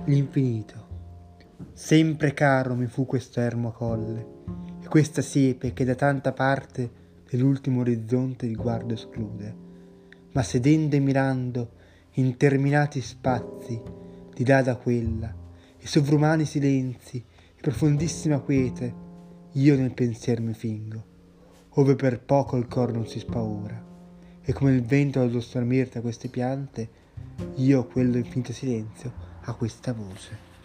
L'infinito. Sempre caro mi fu questo ermo colle, e questa siepe che da tanta parte dell'ultimo orizzonte il guardo esclude, ma sedendo e mirando interminati spazi di là da quella, e sovrumani silenzi e profondissima quiete, io nel pensier mi fingo, ove per poco il cor non si spaura, e come il vento allo stormir da queste piante, io quello infinito silenzio a questa voce.